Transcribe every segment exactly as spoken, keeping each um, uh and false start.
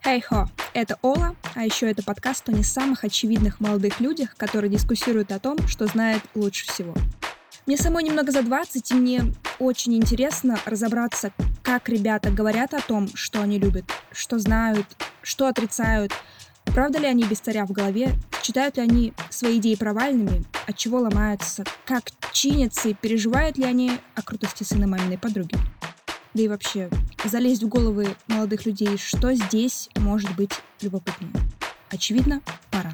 Хей-хо, это Ола, а еще это подкаст о не самых очевидных молодых людях, которые дискуссируют о том, что знают лучше всего. Мне самой немного за двадцать, и мне очень интересно разобраться, как ребята говорят о том, что они любят, что знают, что отрицают, правда ли они без царя в голове, считают ли они свои идеи провальными, от чего ломаются, как чинятся и переживают ли они о крутости сына маминой подруги. Да и вообще, залезть в головы молодых людей, что здесь может быть любопытнее. Очевидно, пора.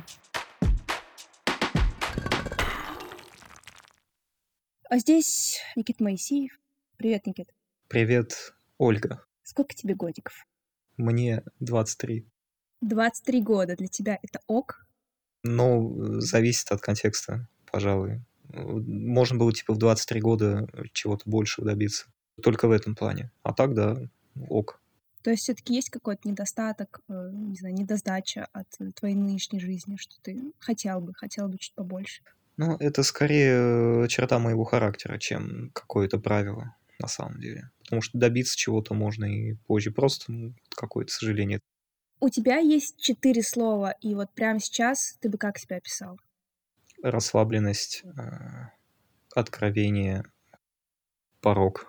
А здесь Никита Моисеев. Привет, Никит. Привет, Ольга. Сколько тебе годиков? Мне двадцать три. двадцать три года для тебя это ок? Ну, зависит от контекста, пожалуй. Можно было типа в двадцать три года чего-то большего добиться. Только в этом плане. А так, да, ок. То есть все-таки есть какой-то недостаток, не знаю, недосдача от твоей нынешней жизни, что ты хотел бы, хотел бы чуть побольше? Ну, это скорее черта моего характера, чем какое-то правило, на самом деле. Потому что добиться чего-то можно и позже. Просто ну, какое-то сожаление. У тебя есть четыре слова, и вот прямо сейчас ты бы как себя описал? Расслабленность, откровение, порог.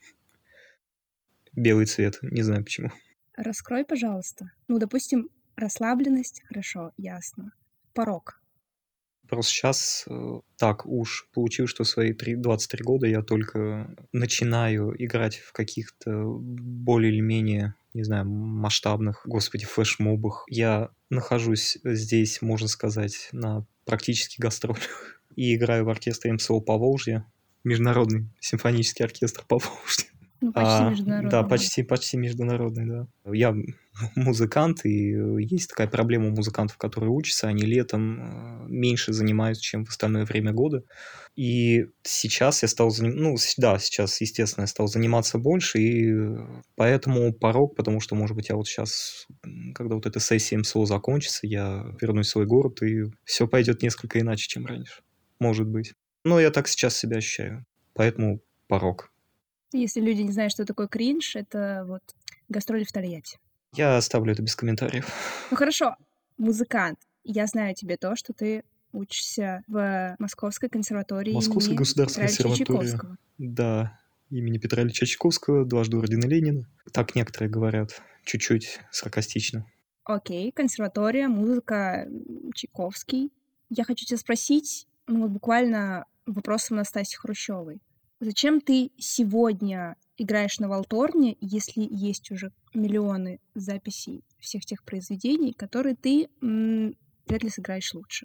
Белый цвет, не знаю почему. Раскрой, пожалуйста. Ну, допустим, расслабленность, хорошо, ясно. Порог. Просто сейчас э, так уж получилось, что в свои три, двадцать три года я только начинаю играть в каких-то более или менее, не знаю, масштабных, господи, флешмобах. Я нахожусь здесь, можно сказать, на практически гастролях и играю в оркестре МСО Поволжья, Международный симфонический оркестр Поволжья. Ну, почти А, международный. да, почти, почти международный, да. Я музыкант, и есть такая проблема у музыкантов, которые учатся, они летом меньше занимаются, чем в остальное время года. И сейчас я стал заниматься, ну, да, сейчас, естественно, я стал заниматься больше, и поэтому порог, потому что, может быть, я вот сейчас, когда вот эта сессия МСО закончится, я вернусь в свой город, и все пойдет несколько иначе, чем раньше. Может быть. Но я так сейчас себя ощущаю. Поэтому порог. Если люди не знают, что такое кринж, это вот гастроли в Тольятти. Я оставлю это без комментариев. Ну хорошо, музыкант. Я знаю тебе то, что ты учишься в Московской консерватории Московская имени государственная Петра Ильича консерватория. Чайковского. Да, имени Петра Ильича Чайковского, дважды ордена Ленина. Так некоторые говорят, чуть-чуть саркастично. Окей, консерватория, музыка, Чайковский. Я хочу тебя спросить, ну вот буквально вопросом Настасьи Хрущевой. Зачем ты сегодня играешь на валторне, если есть уже миллионы записей всех тех произведений, которые ты м, вряд ли сыграешь лучше?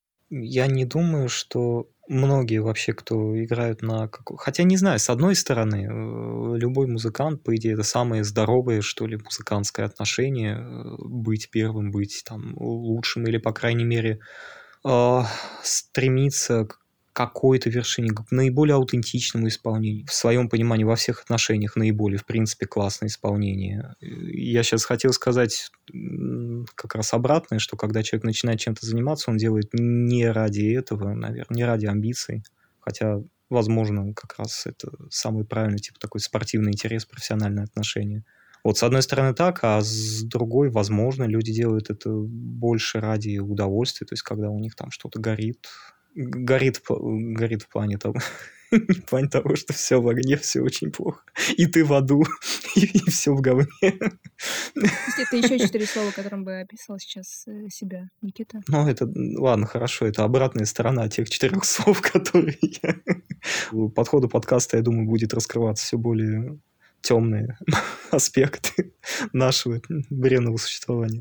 Я не думаю, что многие вообще, кто играют на... Как... Хотя не знаю, с одной стороны, любой музыкант, по идее, это самое здоровое, что ли, музыкантское отношение, быть первым, быть там лучшим или, по крайней мере, э, стремиться к какой-то вершине, к наиболее аутентичному исполнению. В своем понимании во всех отношениях наиболее, в принципе, классное исполнение. Я сейчас хотел сказать как раз обратное, что когда человек начинает чем-то заниматься, он делает не ради этого, наверное, не ради амбиций, хотя, возможно, как раз это самый правильный, типа такой спортивный интерес, профессиональное отношение. Вот с одной стороны так, а с другой, возможно, люди делают это больше ради удовольствия, то есть когда у них там что-то горит, горит, горит в плане того, не в плане того, что все в огне, все очень плохо, и ты в аду, и, и все в говне. То есть это еще четыре слова, которым бы описал сейчас себя Никита? Ну, это, ладно, хорошо, это обратная сторона тех четырех слов, которые я... По ходу подкаста, я думаю, будет раскрываться все более темные аспекты нашего бренного существования.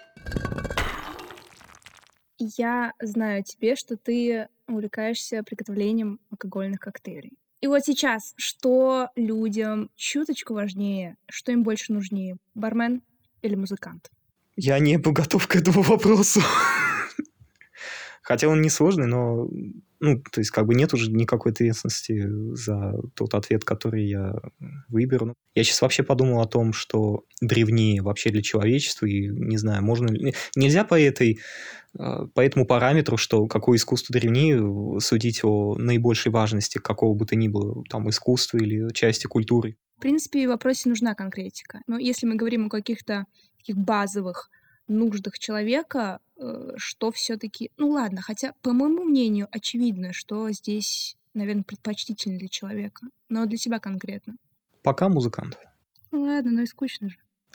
Я знаю тебе, что ты увлекаешься приготовлением алкогольных коктейлей. И вот сейчас, что людям чуточку важнее, что им больше нужнее, бармен или музыкант? Я не был готов к этому вопросу. Хотя он несложный, но ну, то есть как бы нет уже никакой ответственности за тот ответ, который я выберу. Я сейчас вообще подумал о том, что древнее вообще для человечества, и не знаю, можно ли... Нельзя по этой, по этому параметру, что какое искусство древнее, судить о наибольшей важности какого бы то ни было там искусства или части культуры. В принципе, в вопросе нужна конкретика. Но если мы говорим о каких-то таких базовых нуждах человека, э, что все-таки... Ну ладно, хотя, по моему мнению, очевидно, что здесь, наверное, предпочтительно для человека. Но для тебя конкретно. Пока музыкант. Ну ладно, ну и скучно же.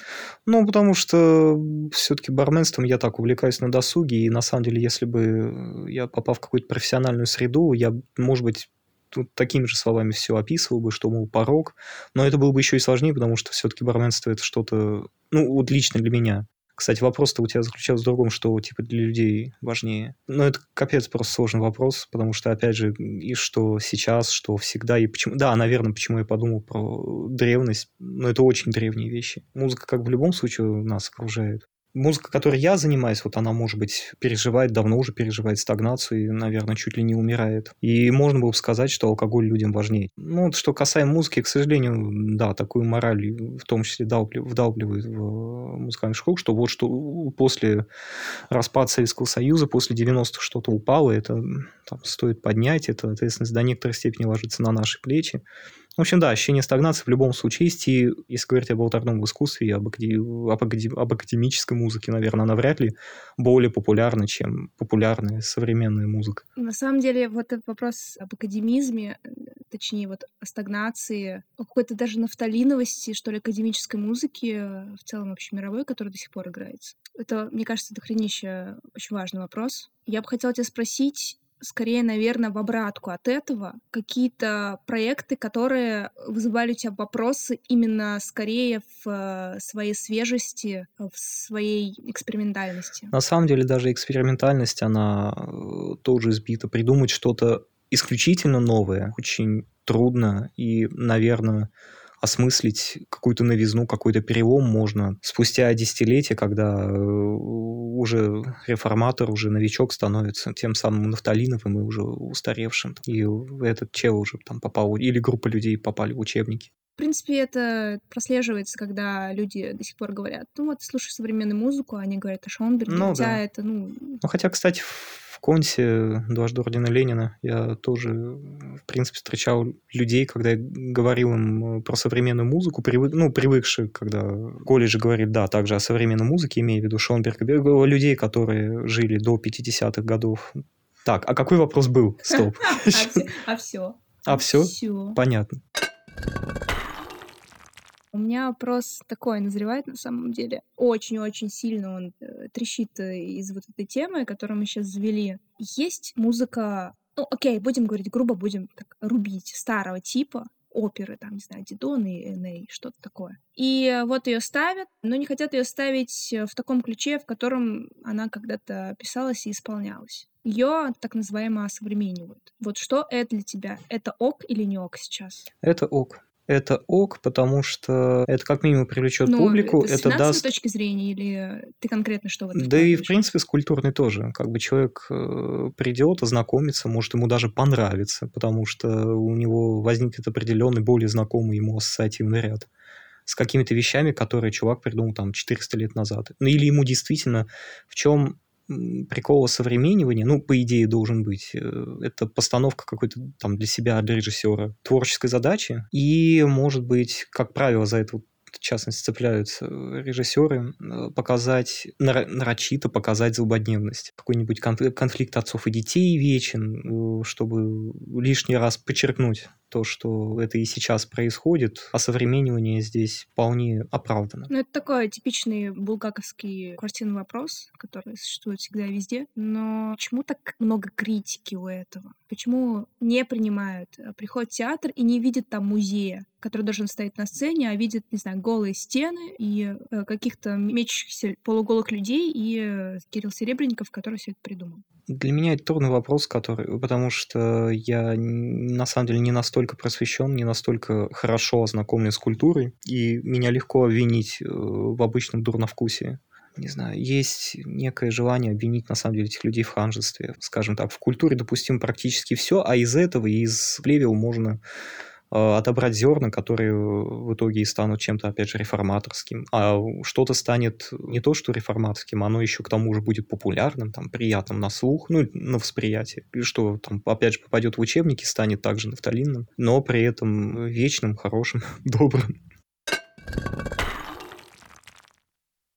Ну, потому что все-таки барменством я так увлекаюсь на досуге, и на самом деле, если бы я попал в какую-то профессиональную среду, я, может быть, тут такими же словами все описывал бы, что, мол, порог, но это было бы еще и сложнее, потому что все-таки барменство это что-то, ну, вот лично для меня. Кстати, вопрос-то у тебя заключался в другом, что типа для людей важнее. Но это капец просто сложный вопрос, потому что, опять же, и что сейчас, что всегда, и почему... Да, наверное, почему я подумал про древность, но это очень древние вещи. Музыка как в любом случае нас окружает. Музыка, которой я занимаюсь, вот она, может быть, переживает, давно уже переживает стагнацию и, наверное, чуть ли не умирает. И можно было бы сказать, что алкоголь людям важнее. Ну, вот что касаемо музыки, к сожалению, да, такую мораль в том числе вдалбливают в музыкальную школу, что вот что после распада Советского Союза, после девяностых что-то упало, это там, стоит поднять, это ответственность до некоторой степени ложится на наши плечи. В общем, да, ощущение стагнации в любом случае есть, и если говорить об алтарном искусстве и об, акаде... об, акаде... об академической музыке, наверное, она вряд ли более популярна, чем популярная современная музыка. На самом деле, вот этот вопрос об академизме, точнее, вот о стагнации, о какой-то даже нафталиновости, что ли, академической музыки, в целом общемировой, которая до сих пор играется. Это, мне кажется, дохренище очень важный вопрос. Я бы хотела тебя спросить, скорее, наверное, в обратку от этого, какие-то проекты, которые вызывали у тебя вопросы именно скорее в своей свежести, в своей экспериментальности. На самом деле даже экспериментальность, она тоже избита. Придумать что-то исключительно новое очень трудно, и, наверное, осмыслить какую-то новизну, какой-то перелом можно спустя десятилетия, когда уже реформатор, уже новичок становится тем самым нафталиновым и уже устаревшим. И этот чел уже там попал, или группа людей попали в учебники. В принципе, это прослеживается, когда люди до сих пор говорят, ну вот, слушай современную музыку, они говорят о Шонберге, ну, хотя да. это, ну... Ну, хотя, кстати, в Консе, дважды ордена Ленина, я тоже, в принципе, встречал людей, когда я говорил им про современную музыку, привык, ну, привыкших, когда в колледже говорит, да, также о современной музыке, имея в виду Шонберга, людей, которые жили до пятидесятых годов. Так, а какой вопрос был? Стоп. А все. А все? Понятно. У меня вопрос такой назревает на самом деле. Очень-очень сильно он э, трещит из вот этой темы, которую мы сейчас завели. Есть музыка, ну окей, будем говорить грубо, будем так рубить, старого типа, оперы, там, не знаю, Дидон и Эней, что-то такое. И вот ее ставят, но не хотят ее ставить в таком ключе, в котором она когда-то писалась и исполнялась. Ее так называемо осовременивают. Вот что это для тебя? Это ок или не ок сейчас? Это ок. Это ок, потому что это как минимум привлечет ну, публику. Это с это финансовой даст... точки зрения или ты конкретно что в это Да и, в принципе, с культурной тоже. Как бы человек э, придет, ознакомится, может, ему даже понравится, потому что у него возникнет определенный, более знакомый ему ассоциативный ряд с какими-то вещами, которые чувак придумал там четыреста лет назад. Ну, или ему действительно в чем... прикол осовременивания, ну, по идее, должен быть. Это постановка какой-то там для себя, для режиссера творческой задачи. И, может быть, как правило, за это, в частности, цепляются режиссеры, показать, нарочито показать злободневность. Какой-нибудь конфликт отцов и детей вечен, чтобы лишний раз подчеркнуть то, что это и сейчас происходит, осовременивание здесь вполне оправдано. Ну, это такой типичный булгаковский квартирный вопрос, который существует всегда и везде. Но почему так много критики у этого? Почему не принимают? Приходит в театр и не видит там музея, который должен стоять на сцене, а видит, не знаю, голые стены и каких-то мечущихся полуголых людей и Кирилл Серебренников, который все это придумал. Для меня это трудный вопрос, который, потому что я на самом деле не настолько просвещен, не настолько хорошо ознакомлен с культурой, и меня легко обвинить в обычном дурновкусии. Не знаю, есть некое желание обвинить, на самом деле, этих людей в ханжестве. Скажем так, в культуре допустимо практически все, а из этого, из плевел можно отобрать зерна, которые в итоге и станут чем-то, опять же, реформаторским. А что-то станет не то, что реформаторским, оно еще к тому же будет популярным, там, приятным на слух, ну, на восприятие. И что, там, опять же, попадет в учебники, станет также нафталинным, но при этом вечным, хорошим, добрым.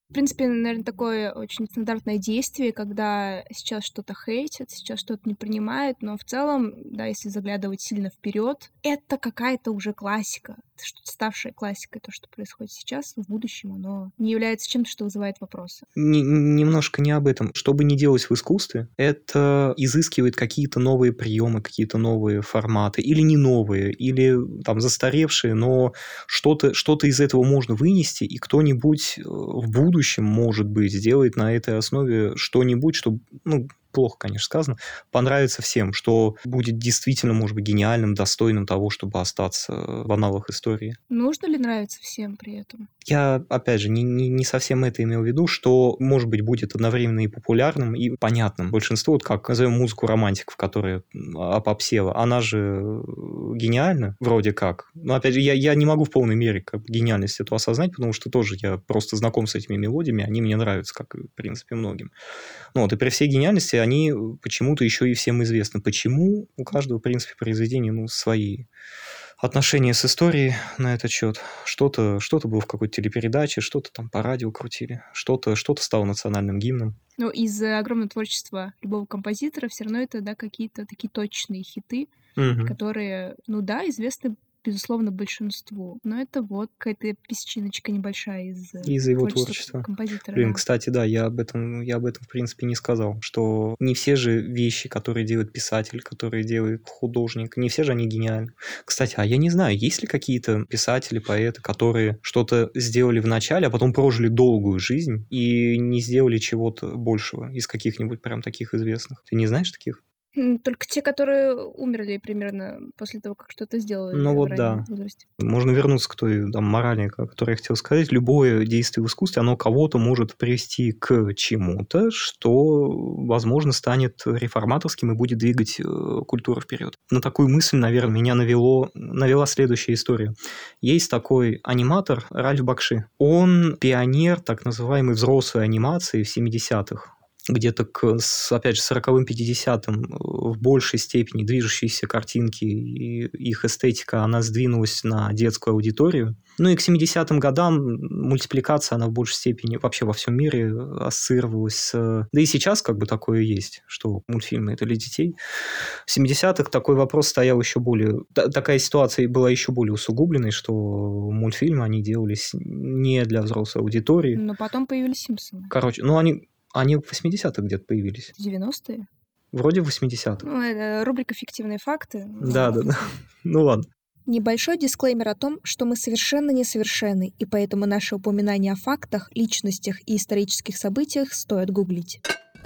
В принципе, наверное, такое очень стандартное действие, когда сейчас что-то хейтят, сейчас что-то не принимают, но в целом, да, если заглядывать сильно вперед, это какая-то уже классика, что-то ставшая классикой, то, что происходит сейчас, в будущем, оно не является чем-то, что вызывает вопросы. Н- немножко не об этом. Что бы ни делать в искусстве, это изыскивает какие-то новые приемы, какие-то новые форматы, или не новые, или там застаревшие, но что-то, что-то из этого можно вынести, и кто-нибудь э, в будущем, может быть, сделает на этой основе что-нибудь, что, ну, плохо, конечно, сказано, понравится всем, что будет действительно, может быть, гениальным, достойным того, чтобы остаться в аналах истории. Нужно ли нравиться всем при этом? Я, опять же, не, не, не совсем это имел в виду, что, может быть, будет одновременно и популярным, и понятным. Большинство, вот как назовем музыку романтиков, которая опопсела, она же гениальна, вроде как. Но, опять же, я, я не могу в полной мере как бы гениальность эту осознать, потому что тоже я просто знаком с этими мелодиями, они мне нравятся, как, в принципе, многим. Ну, вот, и при всей гениальности они почему-то еще и всем известны. Почему? У каждого, в принципе, произведения, ну, свои отношения с историей на этот счет. Что-то, что-то было в какой-то телепередаче, что-то там по радио крутили, что-то, что-то стало национальным гимном. Но из-за огромного творчества любого композитора все равно это, да, какие-то такие точные хиты, Угу. которые, ну да, известны, безусловно, большинству. Но это вот какая-то песчиночка небольшая из Из-за его творчества творчества. композитора. Блин, Да. кстати, да, я об этом, я об этом, в принципе, не сказал, что не все же вещи, которые делает писатель, которые делает художник, не все же они гениальны. Кстати, а я не знаю, есть ли какие-то писатели, поэты, которые что-то сделали в начале, а потом прожили долгую жизнь и не сделали чего-то большего из каких-нибудь прям таких известных? Ты не знаешь таких? М, Только те, которые умерли примерно после того, как что-то сделали Ну в вот раннем да. возрасте. Можно вернуться к той там, морали, о которой я хотел сказать. Любое действие в искусстве, оно кого-то может привести к чему-то, что, возможно, станет реформаторским и будет двигать э, культуру вперед. На такую мысль, наверное, меня навело, навела следующая история. Есть такой аниматор Ральф Бакши. Он пионер так называемой взрослой анимации в семидесятых. Где-то к, с, опять же, сороковым пятидесятым в большей степени движущиеся картинки и их эстетика, она сдвинулась на детскую аудиторию. Ну и к семидесятым годам мультипликация, она в большей степени вообще во всем мире ассоциировалась с... Да и сейчас как бы такое есть, что мультфильмы это для детей. В семидесятых такой вопрос стоял еще более... Такая ситуация была еще более усугубленной, что мультфильмы, они делались не для взрослой аудитории. Но потом появились Симпсоны. Короче, ну они... Они в восьмидесятых где-то появились. девяностые? Вроде в восьмидесятых. Ну, это рубрика «Фиктивные факты». Да, да, да. Ну ладно. Небольшой дисклеймер о том, что мы совершенно несовершенны, и поэтому наши упоминания о фактах, личностях и исторических событиях стоит гуглить.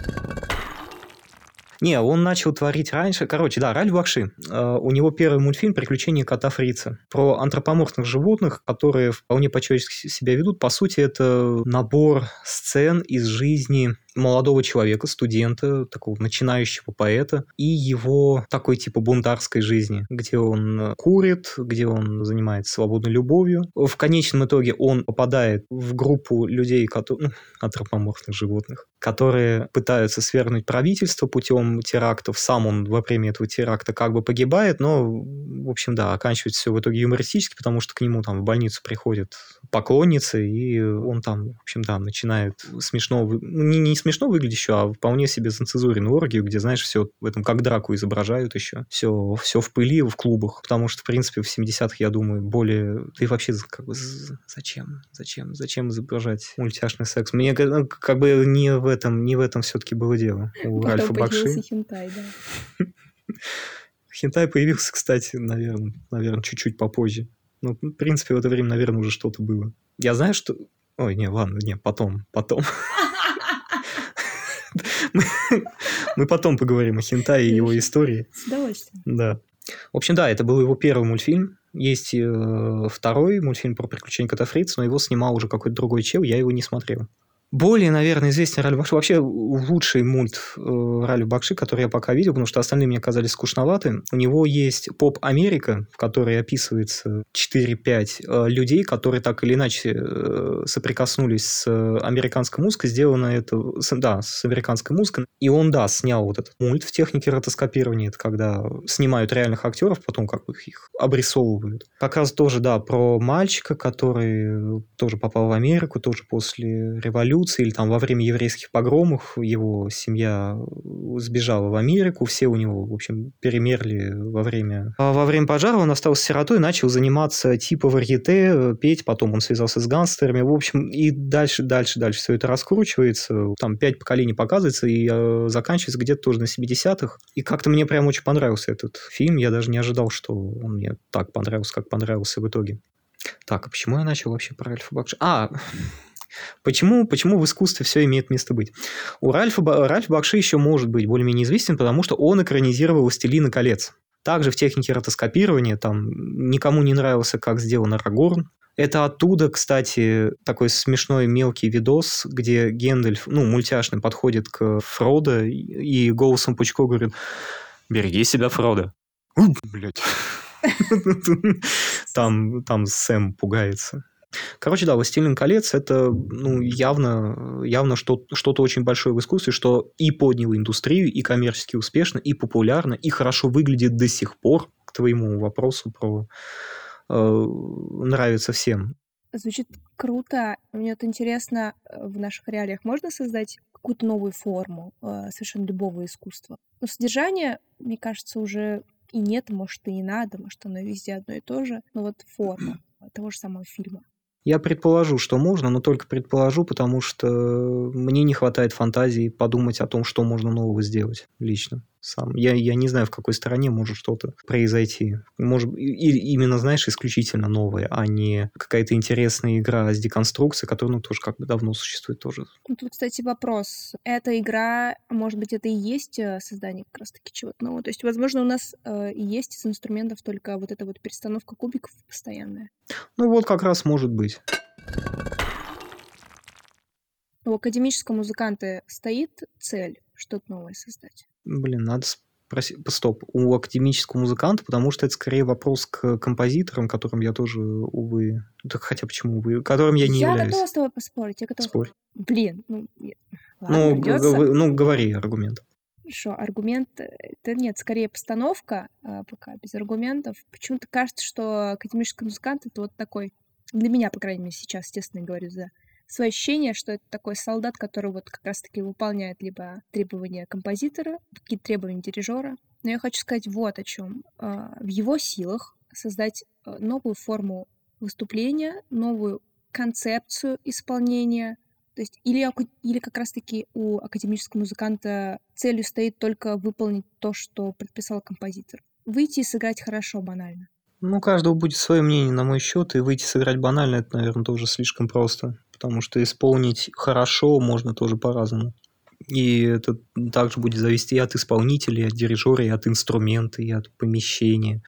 Не, он начал творить раньше. Короче, да, Ральф Бакши. Э, у него первый мультфильм «Приключения кота Фрица». Про антропоморфных животных, которые вполне по-человечески себя ведут. По сути, это набор сцен из жизни молодого человека, студента, такого начинающего поэта, и его такой типа бунтарской жизни, где он курит, где он занимается свободной любовью. В конечном итоге он попадает в группу людей, которые, ну, антропоморфных животных, которые пытаются свергнуть правительство путем терактов. Сам он во время этого теракта как бы погибает, но, в общем, да, оканчивается все в итоге юмористически, потому что к нему там в больницу приходят поклонницы, и он там, в общем, да, начинает смешно, не, не смешно выглядящую, а вполне себе зацензуренную оргию, где, знаешь, все в этом как драку изображают еще. Все, все в пыли, в клубах. Потому что, в принципе, в семидесятых, я думаю, более... Да и вообще, как бы, зачем? Зачем? Зачем изображать мультяшный секс? Мне как бы не в этом, не в этом все-таки было дело у Потом Ральфа Бакши. появился хентай, да. Хентай появился, кстати, наверное, наверное, чуть-чуть попозже. Ну, в принципе, в это время, наверное, уже что-то было. Я знаю, что... Ой, не, ладно, не, потом, потом. Мы, мы потом поговорим о хентае и его истории. С удовольствием. Да. В общем, да, это был его первый мультфильм. Есть э, второй мультфильм про приключения кота Фрица, но его снимал уже какой-то другой чел, я его не смотрел. Более, наверное, известен Ральф Бакши. Вообще, лучший мульт э, Ральф Бакши, который я пока видел, потому что остальные мне казались скучноваты. У него есть «Поп Америка», в которой описывается четыре-пять э, людей, которые так или иначе э, соприкоснулись с э, американской музыкой. Сделано это, с, да, с американской музыкой. И он, да, снял вот этот мульт в технике ротоскопирования. Это когда снимают реальных актеров, потом как бы их обрисовывают. Как раз тоже, да, про мальчика, который тоже попал в Америку, тоже после революции, или там во время еврейских погромов его семья сбежала в Америку, все у него, в общем, перемерли во время... А во время пожара он остался сиротой, начал заниматься типа варьете, петь, потом он связался с гангстерами, в общем, и дальше, дальше, дальше все это раскручивается, там пять поколений показывается, и э, заканчивается где-то тоже на семидесятых, и как-то мне прям очень понравился этот фильм, я даже не ожидал, что он мне так понравился, как понравился в итоге. Так, а почему я начал вообще про Ральфа Бакши? А, почему, почему в искусстве все имеет место быть? У Ральфа, Ральф Бакши еще может быть более-менее известен, потому что он экранизировал «Властелина колец». Также в технике ротоскопирования там никому не нравился, как сделан Арагорн. Это оттуда, кстати, такой смешной мелкий видос, где Гендальф, ну, мультяшный, подходит к Фродо и голосом Пучко говорит: «Береги себя, Фродо». Блять. Там, там Сэм пугается. Короче, да, «Властелин колец» — это ну, явно, явно что, что-то очень большое в искусстве, что и подняло индустрию, и коммерчески успешно, и популярно, и хорошо выглядит до сих пор, к твоему вопросу про э, нравится всем. Звучит круто. Мне вот интересно, в наших реалиях можно создать какую-то новую форму э, совершенно любого искусства? Но содержание, мне кажется, уже и нет, может, и не надо, может, оно везде одно и то же. Но вот форма того же самого фильма. Я предположу, что можно, но только предположу, потому что мне не хватает фантазии подумать о том, что можно нового сделать лично. Сам. Я, я не знаю, в какой стране может что-то произойти. Может, и, именно, знаешь, исключительно новое, а не какая-то интересная игра с деконструкцией, которая ну, тоже как бы давно существует тоже. Тут, кстати, вопрос. Эта игра, может быть, это и есть создание как раз-таки чего-то нового? То есть, возможно, у нас э, и есть из инструментов только вот эта вот перестановка кубиков постоянная. Ну вот как раз может быть. У академического музыканта стоит цель что-то новое создать? Блин, надо спросить... Стоп. У академического музыканта, потому что это скорее вопрос к композиторам, которым я тоже, увы... Так хотя почему увы? Которым я не я являюсь. Я готова с тобой поспорить. Я готова... Спорь. Блин, ну... Ладно, ну, г- ну, говори аргумент. Хорошо, аргумент... Это нет, скорее постановка, а, пока без аргументов. Почему-то кажется, что академический музыкант — это вот такой... Для меня, по крайней мере, сейчас, естественно, говорю за... свое ощущение, что это такой солдат, который вот как раз-таки выполняет либо требования композитора, какие-то требования дирижера. Но я хочу сказать вот о чем. В его силах создать новую форму выступления, новую концепцию исполнения. То есть или, или как раз-таки у академического музыканта целью стоит только выполнить то, что предписал композитор. Выйти и сыграть хорошо, банально. Ну, у каждого будет свое мнение на мой счет, и выйти сыграть банально, это, наверное, тоже слишком просто. Потому что исполнить хорошо можно тоже по-разному. И это также будет зависеть и от исполнителя, и от дирижера, и от инструмента, и от помещения.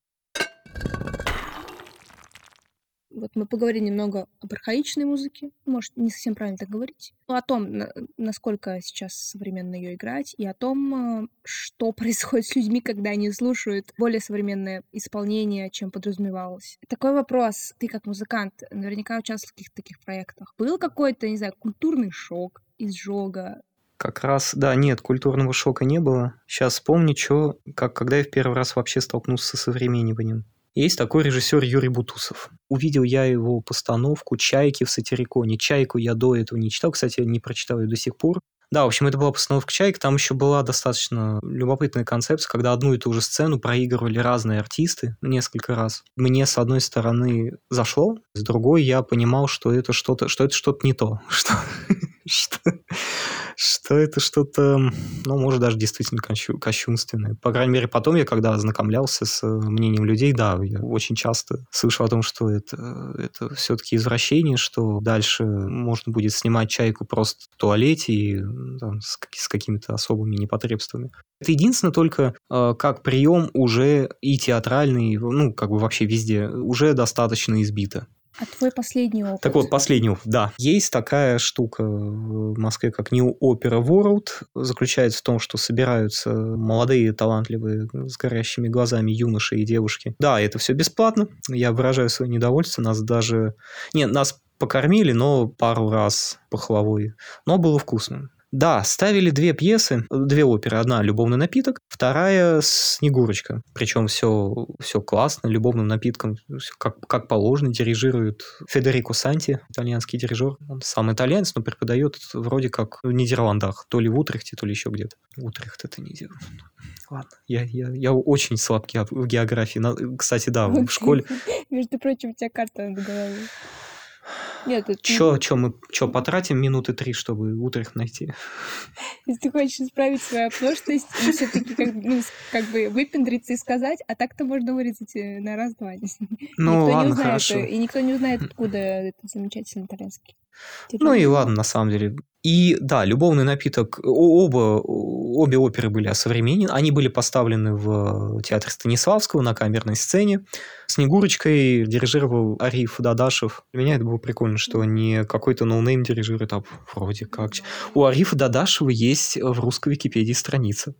Вот мы поговорили немного об архаичной музыке, может, не совсем правильно так говорить, но о том, насколько сейчас современно ее играть, и о том, что происходит с людьми, когда они слушают более современное исполнение, чем подразумевалось. Такой вопрос. Ты как музыкант наверняка участвовал в каких-то таких проектах. Был какой-то, не знаю, культурный шок, изжога? Как раз, да, нет, культурного шока не было. Сейчас вспомню, что, как, когда я в первый раз вообще столкнулся с современниванием. Есть такой режиссер Юрий Бутусов. Увидел я его постановку «Чайки» в Сатириконе. «Чайку» я до этого не читал, кстати, я не прочитал ее до сих пор. Да, в общем, это была постановка «Чайки», там еще была достаточно любопытная концепция, когда одну и ту же сцену проигрывали разные артисты несколько раз. Мне, с одной стороны, зашло, с другой я понимал, что это что-то, что это что-то не то, что... Что, что это что-то, ну, может, даже действительно кощу, кощунственное. По крайней мере, потом я, когда ознакомлялся с мнением людей, да, я очень часто слышал о том, что это, это все-таки извращение, что дальше можно будет снимать «Чайку» просто в туалете и там, с, с какими-то особыми непотребствами. Это единственное только э, как прием уже и театральный, ну, как бы вообще везде, уже достаточно избито. А твой последний опыт? Так вот, последний опыт, да. Есть такая штука в Москве, как New Opera World. Заключается в том, что собираются молодые, талантливые, с горящими глазами юноши и девушки. Да, это все бесплатно. Я выражаю свое недовольство. Нас даже... Нет, нас покормили, но пару раз пахлавой. Но было вкусно. Да, ставили две пьесы, две оперы. Одна «Любовный напиток», вторая «Снегурочка». Причем все, все классно, любовным напитком, как, как положено, дирижирует Федерико Санти, итальянский дирижер. Он сам итальянец, но преподает вроде как в Нидерландах. То ли в Утрехте, то ли еще где-то. Утрехт это не... Ладно, я, я, я очень слаб в географии. Кстати, да, в школе... Между прочим, у тебя карта над головой. Нет, это... Чё, чё, мы чё, потратим минуты три, чтобы Утрехт найти? Если ты хочешь исправить свою оплошность и все-таки как, ну, как бы выпендриться и сказать, а так-то можно вырезать на раз-два. Ну, никто ладно, не узнает, хорошо. И никто не узнает, откуда этот замечательный итальянский. Ну и ладно, на самом деле. И да, «Любовный напиток», оба, обе оперы были осовременены, они были поставлены в театре Станиславского на камерной сцене. «Снегурочкой» дирижировал Ариф Дадашев. Для меня это было прикольно, что не какой-то ноунейм дирижирует, а вроде как. У Арифа Дадашева есть в русской Википедии страница.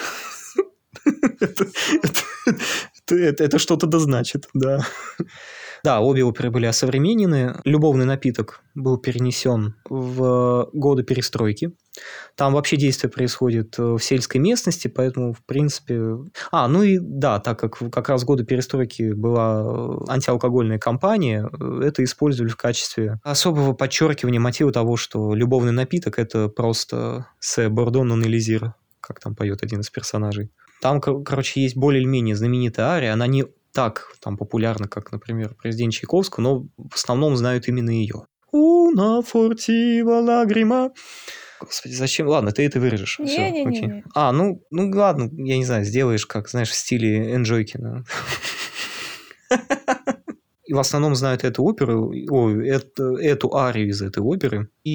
Это что-то да значит, да. Да, обе оперы были осовременены. «Любовный напиток» был перенесен в годы перестройки. Там вообще действие происходит в сельской местности, поэтому, в принципе... А, ну и да, так как как раз в годы перестройки была антиалкогольная кампания, это использовали в качестве особого подчеркивания мотива того, что любовный напиток – это просто «се бордо нон элизир», как там поет один из персонажей. Там, короче, есть более или менее знаменитая ария, она не так там популярна, как, например, «Президент Чайковского», но в основном знают именно ее. «Una fortiva lagrima». Господи, зачем? Ладно, ты это вырежешь. Не, не, не, не. А, ну, ну ладно, я не знаю, сделаешь как, знаешь, в стиле Энджойкина. И в основном знают эту оперу, о, это, эту арию из этой оперы. И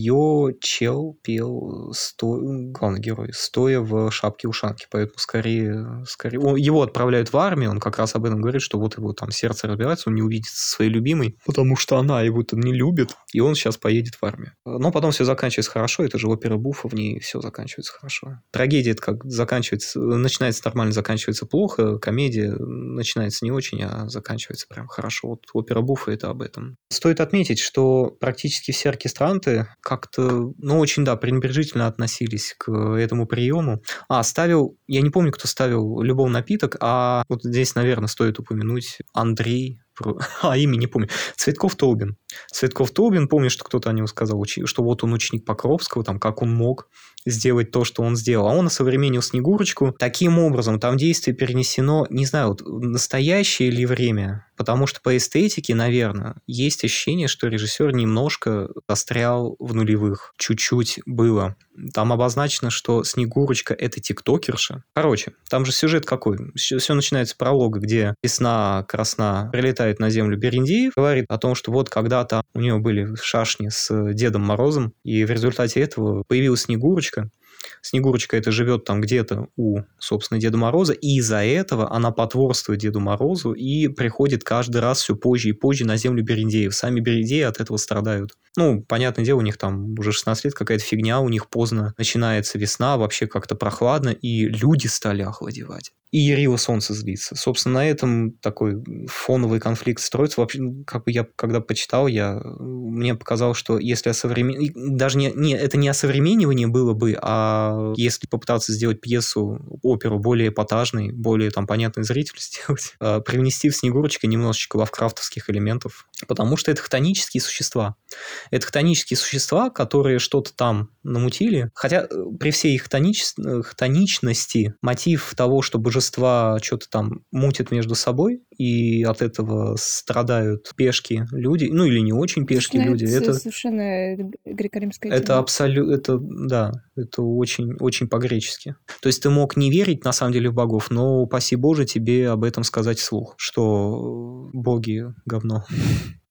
ее чел пел, сто... главный герой, стоя в шапке-ушанке. Поэтому скорее... скорее... Он, его отправляют в армию, он как раз об этом говорит, что вот его там сердце разбивается, он не увидится со своей любимой, потому что она его-то не любит, и он сейчас поедет в армию. Но потом все заканчивается хорошо, это же опера Буффа, в ней все заканчивается хорошо. Трагедия это как заканчивается, начинается нормально, заканчивается плохо, комедия начинается не очень, а заканчивается прям хорошо. Вот опера Буффа это об этом. Стоит отметить, что практически все оркестранты как-то, ну, очень, да, пренебрежительно относились к этому приему. А, ставил, я не помню, кто ставил «Любовный напиток», а вот здесь, наверное, стоит упомянуть Андрей, а, имя не помню, Цветков-Толбин. Цветков-Толбин, помню, что кто-то о нем сказал, что вот он ученик Покровского, там, как он мог сделать то, что он сделал. А он осовременил «Снегурочку». Таким образом, там действие перенесено, не знаю, вот, настоящее ли время, потому что по эстетике, наверное, есть ощущение, что режиссер немножко застрял в нулевых. Чуть-чуть было. Там обозначено, что Снегурочка – это тиктокерша. Короче, там же сюжет какой? Все начинается с пролога, где весна красна прилетает на землю Берендеев, говорит о том, что вот когда-то у нее были шашни с Дедом Морозом, и в результате этого появилась Снегурочка. Снегурочка это живет там где-то у, собственно, Деда Мороза, и из-за этого она потворствует Деду Морозу и приходит каждый раз все позже и позже на землю Берендеев. Сами Берендеи от этого страдают. Ну, понятное дело, у них там уже шестнадцать лет, какая-то фигня, у них поздно начинается весна, вообще как-то прохладно, и люди стали охладевать. И ярило солнце злится. Собственно, на этом такой фоновый конфликт строится. Вообще, как бы я, когда почитал, я, мне показалось, что если осовремен... Даже не, не, это не осовременивание было бы, а если попытаться сделать пьесу, оперу более эпатажной, более там понятной зрителю сделать, привнести в Снегурочку немножечко лавкрафтовских элементов. Потому что это хтонические существа. Это хтонические существа, которые что-то там намутили. Хотя при всей их хтонич... хтоничности мотив того, что божество что-то там мутит между собой, и от этого страдают пешки люди, ну или не очень пешки Совершенно люди. Это это совершенно греко-римская Это тема. абсолютно, это, да, это очень, очень по-гречески. То есть ты мог не верить на самом деле в богов, но, упаси Боже, тебе об этом сказать вслух, что боги говно.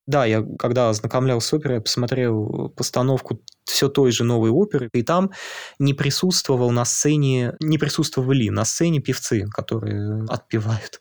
Да, я когда ознакомлялся с оперой, я посмотрел постановку все той же новой оперы, и там не присутствовал на сцене, не присутствовали на сцене певцы, которые отпевают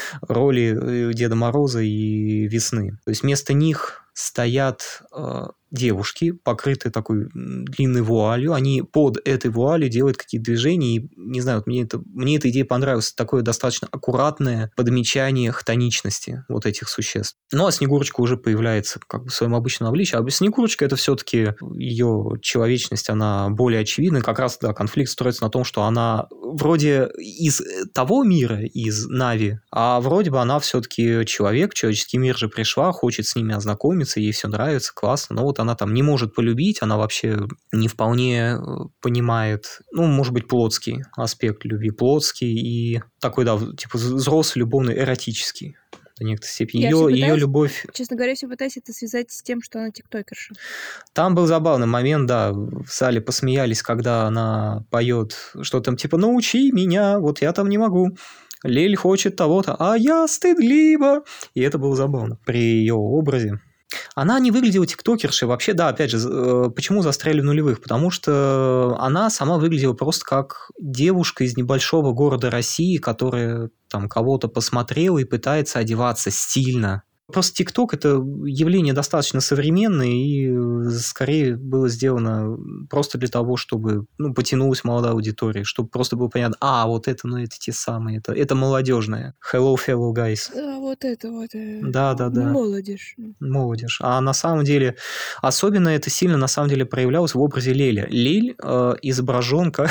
роли Деда Мороза и Весны. То есть вместо них стоят э, девушки, покрытые такой длинной вуалью. Они под этой вуалью делают какие-то движения. И, не знаю, вот мне, это, мне эта идея понравилась. Такое достаточно аккуратное подмечание хтоничности вот этих существ. Ну, а Снегурочка уже появляется как бы в своем обычном обличии. А Снегурочка — это все-таки ее человечность, она более очевидна. Как раз, да, конфликт строится на том, что она вроде из того мира, из Нави, а вроде бы она все-таки человек, человеческий мир же пришла, хочет с ними ознакомиться, ей все нравится, классно, но вот она там не может полюбить, она вообще не вполне понимает, ну, может быть, плотский аспект любви, плотский и такой, да, типа взрослый, любовный, эротический. До некоторой степени. Я Ее, всё пытаюсь, ее любовь... честно говоря, все пытаюсь это связать с тем, что она тиктокерша. Там был забавный момент, да, в зале посмеялись, когда она поет, что там типа «научи меня, вот я там не могу». Лель хочет того-то, а я стыдлива. И это было забавно при ее образе. Она не выглядела тиктокершей. Вообще, да, опять же, почему застряли в нулевых? Потому что она сама выглядела просто как девушка из небольшого города России, которая там кого-то посмотрела и пытается одеваться стильно. Просто ТикТок – это явление достаточно современное и скорее было сделано просто для того, чтобы ну, потянулась молодая аудитория, чтобы просто было понятно, а, вот это, ну, это те самые, это, это молодежное. Hello, fellow guys. А, вот это вот. Да, да, да. Молодежь. Молодежь. А на самом деле, особенно это сильно на самом деле проявлялось в образе Леля. Лель э, изображен как...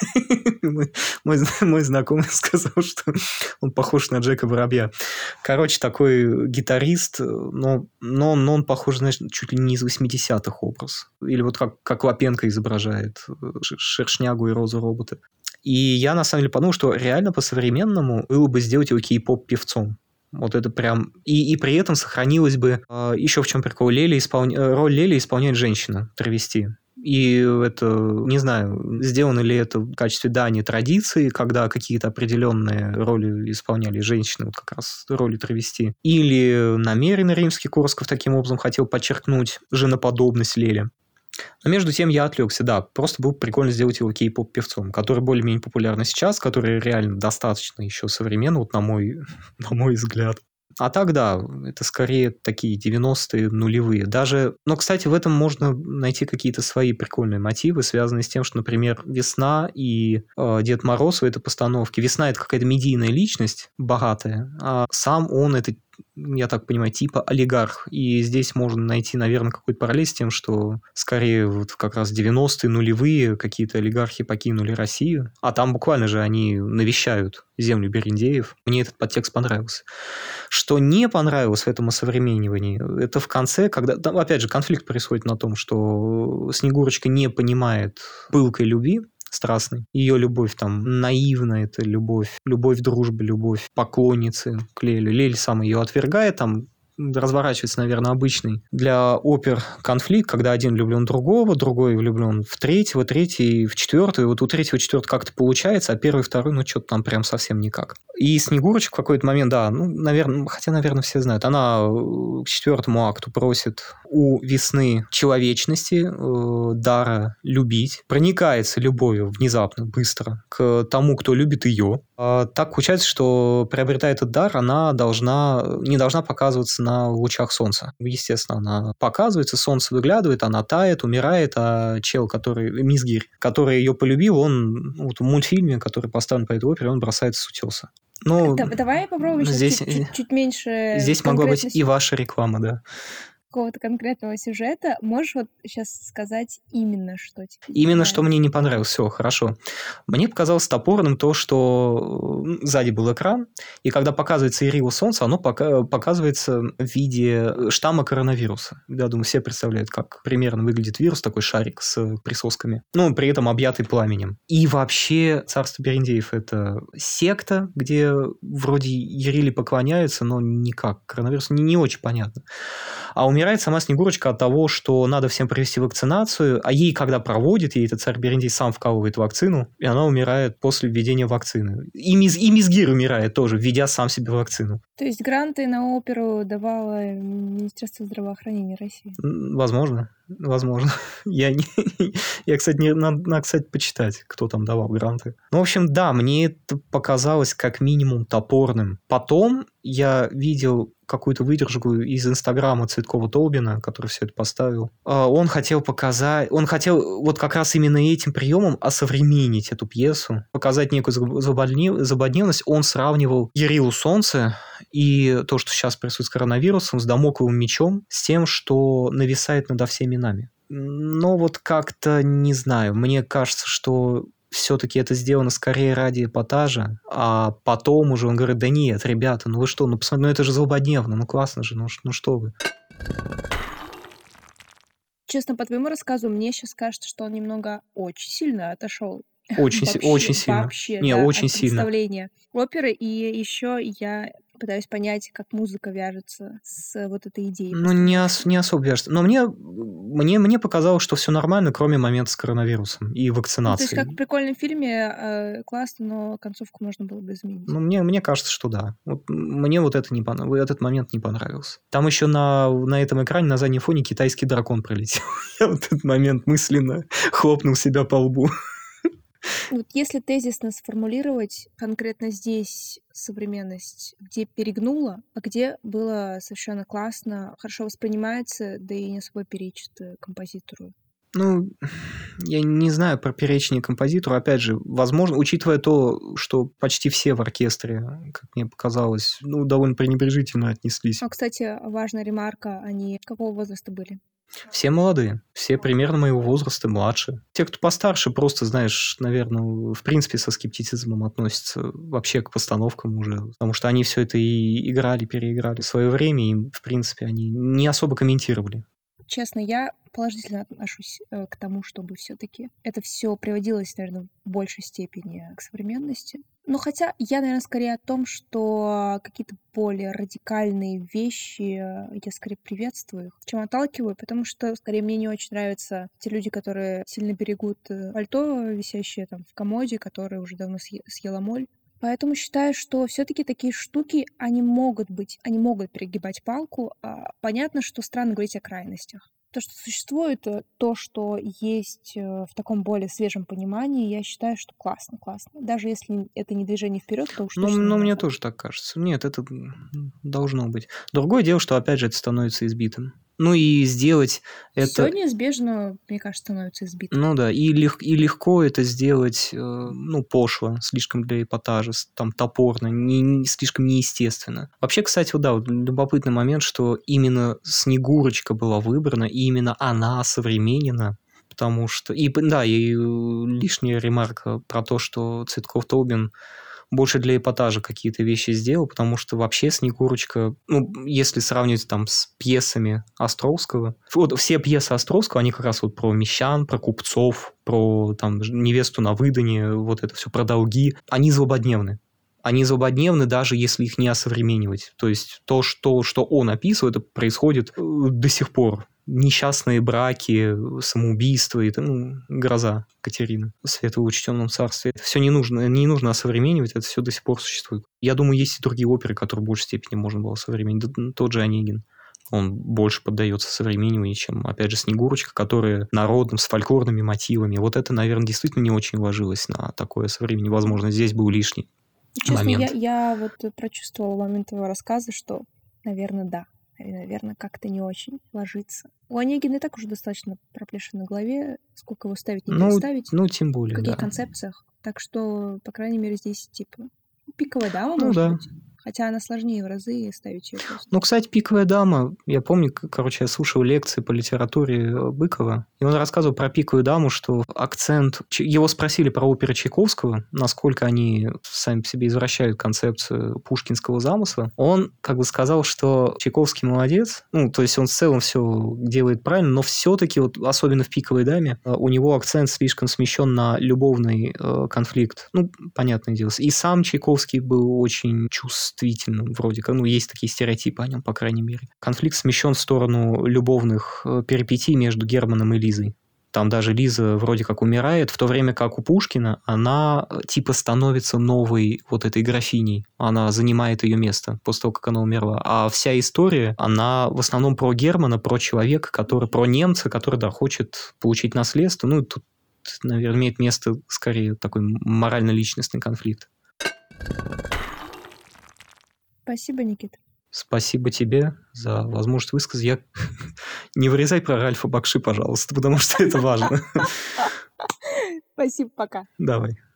мой, мой знакомый сказал, что он похож на Джека Воробья. Короче, такой гитарист, но, но, но он похож, знаешь, чуть ли не из восьмидесятых образ. Или вот как, как Лапенко изображает Шершнягу и Розу робота. И я на самом деле подумал, что реально по-современному было бы сделать его кей-поп-певцом. Вот это прям... И, и при этом сохранилась бы... Э, еще в чем прикол. Лели исполня... Роль Лели исполняет женщина, травести. И это, не знаю, сделано ли это в качестве дани традиции, когда какие-то определенные роли исполняли женщины, вот как раз роли травести. Или намеренно Римский-Корсков таким образом хотел подчеркнуть женоподобность Лели. Но между тем я отвлекся, да, просто было прикольно сделать его кей-поп-певцом, который более-менее популярный сейчас, который реально достаточно еще современный, вот на мой, на мой взгляд. А так, да, это скорее такие девяностые, нулевые. Даже, но, кстати, в этом можно найти какие-то свои прикольные мотивы, связанные с тем, что, например, Весна и э, Дед Мороз в этой постановке. Весна – это какая-то медийная личность, богатая, а сам он – это, я так понимаю, типа олигарх. И здесь можно найти, наверное, какой-то параллель с тем, что скорее вот как раз девяностые, нулевые какие-то олигархи покинули Россию, а там буквально же они навещают землю бериндеев. Мне этот подтекст понравился. Что не понравилось в этом осовременивании, это в конце, когда... Там, опять же, конфликт происходит на том, что Снегурочка не понимает пылкой любви, страстной. Ее любовь там наивная, это любовь, любовь дружбы, любовь поклонницы к Лелю. Лель сам ее отвергает, там разворачивается, наверное, обычный для опер конфликт, когда один влюблен в другого, другой влюблен в третьего, третий в четвертого, и вот у третьего, четвертого как-то получается, а первый, второй, ну, что-то там прям совсем никак. И Снегурочка в какой-то момент, да, ну, наверное, хотя, наверное, все знают, она к четвертому акту просит у Весны человечности, э, дара любить, проникается любовью внезапно, быстро к тому, кто любит ее. А так получается, что приобретая этот дар, она должна, не должна показываться на лучах солнца. Естественно, она показывается, солнце выглядывает, она тает, умирает, а чел, который, Мизгирь, который ее полюбил, он вот в мультфильме, который поставлен по этой опере, он бросается с утеса. Ну, давай попробуем здесь, чуть, чуть, чуть меньше... Здесь могла быть и ваша реклама, да. Какого-то конкретного сюжета. Можешь вот сейчас сказать именно, что тебе Именно, нравится? что мне не понравилось. Все, хорошо. Мне показалось топорным то, что сзади был экран, и когда показывается Ирила Солнца, оно пока показывается в виде штамма коронавируса. Я думаю, все представляют, как примерно выглядит вирус, такой шарик с присосками. Ну, при этом объятый пламенем. И вообще царство бериндеев – это секта, где вроде Ириле поклоняются, но никак. Коронавирус не, не очень понятно. А у меня умирает сама Снегурочка от того, что надо всем провести вакцинацию, а ей, когда проводит, ей этот царь Берендей сам вкалывает вакцину, и она умирает после введения вакцины. И, Миз, и Мизгир умирает тоже, введя сам себе вакцину. То есть гранты на оперу давало Министерство здравоохранения России? Возможно. Возможно. Я, не, я кстати, не, надо, надо, кстати, почитать, кто там давал гранты. Ну, в общем, да, мне это показалось как минимум топорным. Потом я видел какую-то выдержку из инстаграма Цветкова-Толбина, который все это поставил. Он хотел показать... Он хотел вот как раз именно этим приемом осовременить эту пьесу, показать некую злободневность. Он сравнивал Ярилу Солнце и то, что сейчас происходит с коронавирусом, с дамокловым мечом, с тем, что нависает надо всеми нами. Но вот как-то, не знаю, мне кажется, что все-таки это сделано скорее ради эпатажа, а потом уже он говорит, да нет, ребята, ну вы что, ну посмотрите, ну это же злободневно, ну классно же, ну, ну что вы. Честно, по твоему рассказу, мне сейчас кажется, что он немного очень сильно отошел. Очень, вообще, очень сильно. Вообще, Не, да, очень от сильно. представления оперы, и еще я пытаюсь понять, как музыка вяжется с вот этой идеей. Ну, не, ос- не особо вяжется. Но мне, мне, мне показалось, что все нормально, кроме момента с коронавирусом и вакцинацией. Ну, то есть, как в прикольном фильме, э, классно, но концовку можно было бы изменить. Ну, мне, мне кажется, что да. Вот, мне вот это не пон... этот момент не понравился. Там еще на, на этом экране на заднем фоне китайский дракон пролетел. Я вот этот момент мысленно хлопнул себя по лбу. Вот если тезисно сформулировать, конкретно здесь современность, где перегнула, а где было совершенно классно, хорошо воспринимается, да и не особо перечит композитору. Ну, я не знаю про перечень композитору. Опять же, возможно, учитывая то, что почти все в оркестре, как мне показалось, ну, довольно пренебрежительно отнеслись. А, кстати, важная ремарка, они какого возраста были? Все молодые, все примерно моего возраста, младше. Те, кто постарше, просто, знаешь, наверное, в принципе со скептицизмом относятся вообще к постановкам уже, потому что они все это и играли, переиграли в свое время, и, в принципе, они не особо комментировали. Честно, я положительно отношусь э, к тому, чтобы все-таки это все приводилось, наверное, в большей степени к современности. Но хотя я, наверное, скорее о том, что какие-то более радикальные вещи я скорее приветствую их, чем отталкиваю, потому что, скорее, мне не очень нравятся те люди, которые сильно берегут пальто, висящее там в комоде, которое уже давно съе- съела моль. Поэтому считаю, что все-таки такие штуки, они могут быть, они могут перегибать палку. А понятно, что странно говорить о крайностях. То, что существует, то, что есть в таком более свежем понимании, я считаю, что классно, классно. Даже если это не движение вперед, то уж Ну, точно ну не мне назад. тоже так кажется. Нет, это должно быть. Другое дело, что, опять же, это становится избитым. Ну и сделать это... Все неизбежно, мне кажется, становится избитым. Ну да, и, лег... и легко это сделать, э, ну, пошло, слишком для эпатажа, с- там, топорно, не, не- слишком неестественно. Вообще, кстати, вот да, вот любопытный момент, что именно Снегурочка была выбрана, и именно она современна, потому что... И, п- да, и э, лишняя ремарка про то, что Цветков-Толбин больше для эпатажа какие-то вещи сделал, потому что вообще Снегурочка, ну, если сравнивать там с пьесами Островского, вот все пьесы Островского, они как раз вот про мещан, про купцов, про там невесту на выданье, вот это все про долги, они злободневны. Они злободневны, даже если их не осовременивать. То есть то, что, что он описывает, это происходит э, до сих пор. Несчастные браки, самоубийства, и, ну, гроза Катерины, света в учтенном царстве. Это все не нужно, не нужно осовременивать, это все до сих пор существует. Я думаю, есть и другие оперы, которые в большей степени можно было осовременить. Да, тот же Онегин. Он больше поддается современному, чем, опять же, Снегурочка, которая народным, с фольклорными мотивами. Вот это, наверное, действительно не очень ложилось на такое современное. Возможно, здесь был лишний Честно, момент. я, я вот прочувствовала в момент твоего рассказа, что, наверное, да. Наверное, как-то не очень ложится. У Онегина и так уже достаточно проплешин на голове, сколько его ставить, не Ну, переставить, ну, тем в более, каких да. концепциях. Так что, по крайней мере, здесь типа пиковая дама, Ну может да. быть. Хотя она сложнее в разы ставить ее просто. Ну, кстати, «Пиковая дама», я помню, к- короче, я слушал лекции по литературе э, Быкова, и он рассказывал про «Пиковую даму», что акцент... Ч- Его спросили про оперы Чайковского, насколько они сами по себе извращают концепцию пушкинского замысла. Он как бы сказал, что Чайковский молодец, ну, то есть он в целом все делает правильно, но все-таки, вот, особенно в «Пиковой даме», э, у него акцент слишком смещен на любовный э, конфликт. Ну, понятное дело. И сам Чайковский был очень чувств- чувствительным вроде как. Ну, есть такие стереотипы о нем, по крайней мере. Конфликт смещен в сторону любовных э, перипетий между Германом и Лизой. Там даже Лиза вроде как умирает, в то время как у Пушкина она э, типа становится новой вот этой графиней. Она занимает ее место после того, как она умерла. А вся история, она в основном про Германа, про человека, который, про немца, который, да, хочет получить наследство. Ну, тут, наверное, имеет место скорее такой морально-личностный конфликт. Спасибо, Никита. Спасибо тебе за возможность высказать. Я... Не вырезай про Ральфа Бакши, пожалуйста, потому что это важно. Спасибо, пока. Давай.